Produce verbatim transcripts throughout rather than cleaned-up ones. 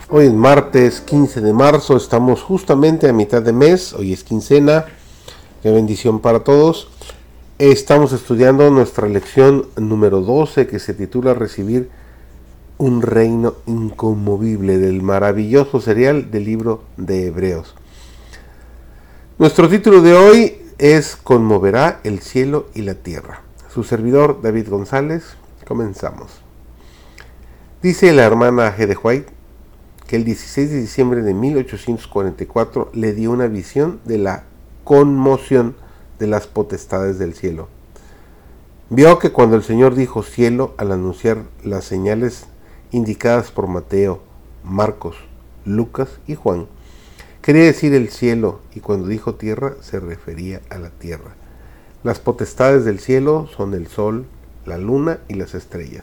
Hoy es martes quince de marzo, estamos justamente a mitad de mes, hoy es quincena, qué bendición para todos. Estamos estudiando nuestra lección número doce que se titula Recibir un reino inconmovible, del maravilloso serial del libro de Hebreos. Nuestro título de hoy es Conmoverá el cielo y la tierra. Su servidor David González, comenzamos. Dice la hermana G. de White que el dieciséis de diciembre de mil ochocientos cuarenta y cuatro le dio una visión de la conmoción de las potestades del cielo. Vio que cuando el Señor dijo cielo al anunciar las señales indicadas por Mateo, Marcos, Lucas y Juan, quería decir el cielo, y cuando dijo tierra se refería a la tierra. Las potestades del cielo son el sol, la luna y las estrellas.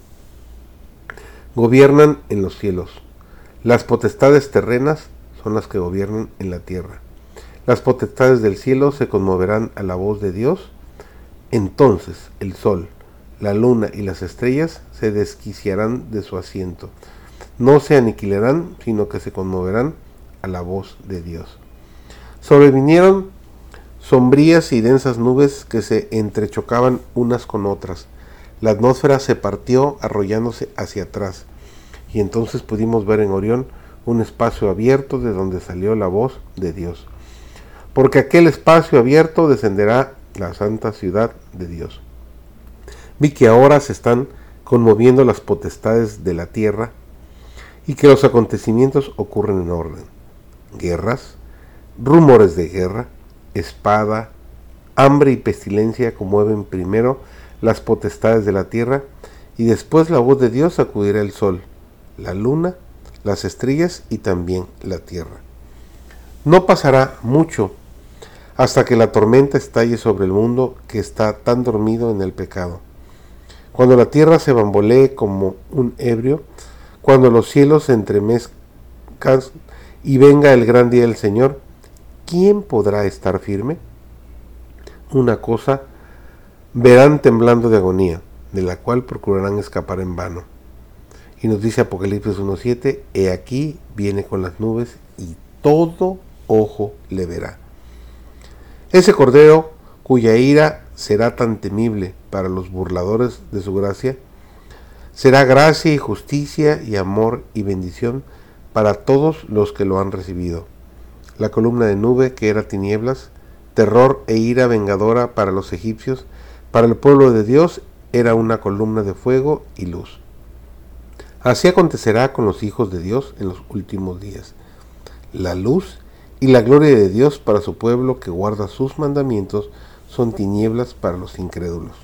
Gobiernan en los cielos. Las potestades terrenas son las que gobiernan en la tierra. Las potestades del cielo se conmoverán a la voz de Dios. Entonces el sol, la luna y las estrellas se desquiciarán de su asiento. No se aniquilarán, sino que se conmoverán a la voz de Dios. Sobrevinieron sombrías y densas nubes que se entrechocaban unas con otras. La atmósfera se partió arrollándose hacia atrás. Y entonces pudimos ver en Orión un espacio abierto de donde salió la voz de Dios. Porque aquel espacio abierto descenderá la santa ciudad de Dios. Vi que ahora se están conmoviendo las potestades de la tierra y que los acontecimientos ocurren en orden. Guerras, rumores de guerra, espada, hambre y pestilencia conmueven primero las potestades de la tierra y después la voz de Dios sacudirá el sol, la luna, las estrellas y también la tierra. No pasará mucho hasta que la tormenta estalle sobre el mundo que está tan dormido en el pecado. Cuando la tierra se bambolee como un ebrio, cuando los cielos se entremezcan y venga el gran día del Señor, ¿quién podrá estar firme? Una cosa verán temblando de agonía, de la cual procurarán escapar en vano. Y nos dice Apocalipsis uno siete, he aquí viene con las nubes y todo ojo le verá. Ese cordero cuya ira será tan temible para los burladores de su gracia, será gracia y justicia y amor y bendición para todos los que lo han recibido. La columna de nube que era tinieblas, terror e ira vengadora para los egipcios, para el pueblo de Dios era una columna de fuego y luz. Así acontecerá con los hijos de Dios en los últimos días. La luz y la gloria de Dios para su pueblo que guarda sus mandamientos son tinieblas para los incrédulos.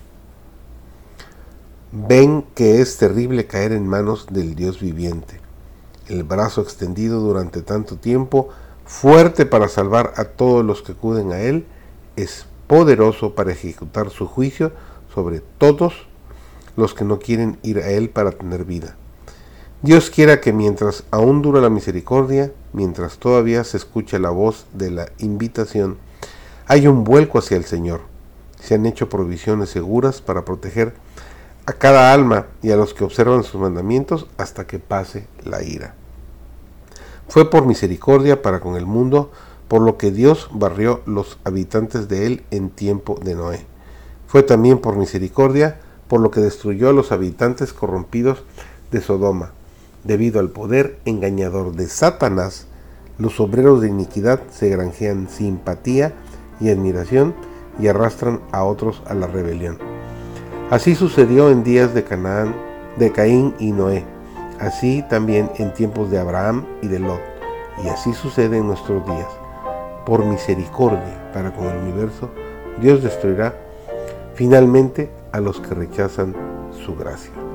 Ven que es terrible caer en manos del Dios viviente. El brazo extendido durante tanto tiempo, fuerte para salvar a todos los que acuden a Él, es poderoso para ejecutar su juicio sobre todos los que no quieren ir a Él para tener vida. Dios quiera que mientras aún dura la misericordia, mientras todavía se escucha la voz de la invitación, haya un vuelco hacia el Señor. Se han hecho provisiones seguras para proteger a cada alma y a los que observan sus mandamientos hasta que pase la ira. Fue por misericordia para con el mundo, por lo que Dios barrió los habitantes de él en tiempo de Noé. Fue también por misericordia, por lo que destruyó a los habitantes corrompidos de Sodoma. Debido al poder engañador de Satanás, los obreros de iniquidad se granjean simpatía y admiración y arrastran a otros a la rebelión. Así sucedió en días de Canaán, de Caín y Noé, así también en tiempos de Abraham y de Lot, y así sucede en nuestros días. Por misericordia para con el universo, Dios destruirá finalmente a los que rechazan su gracia.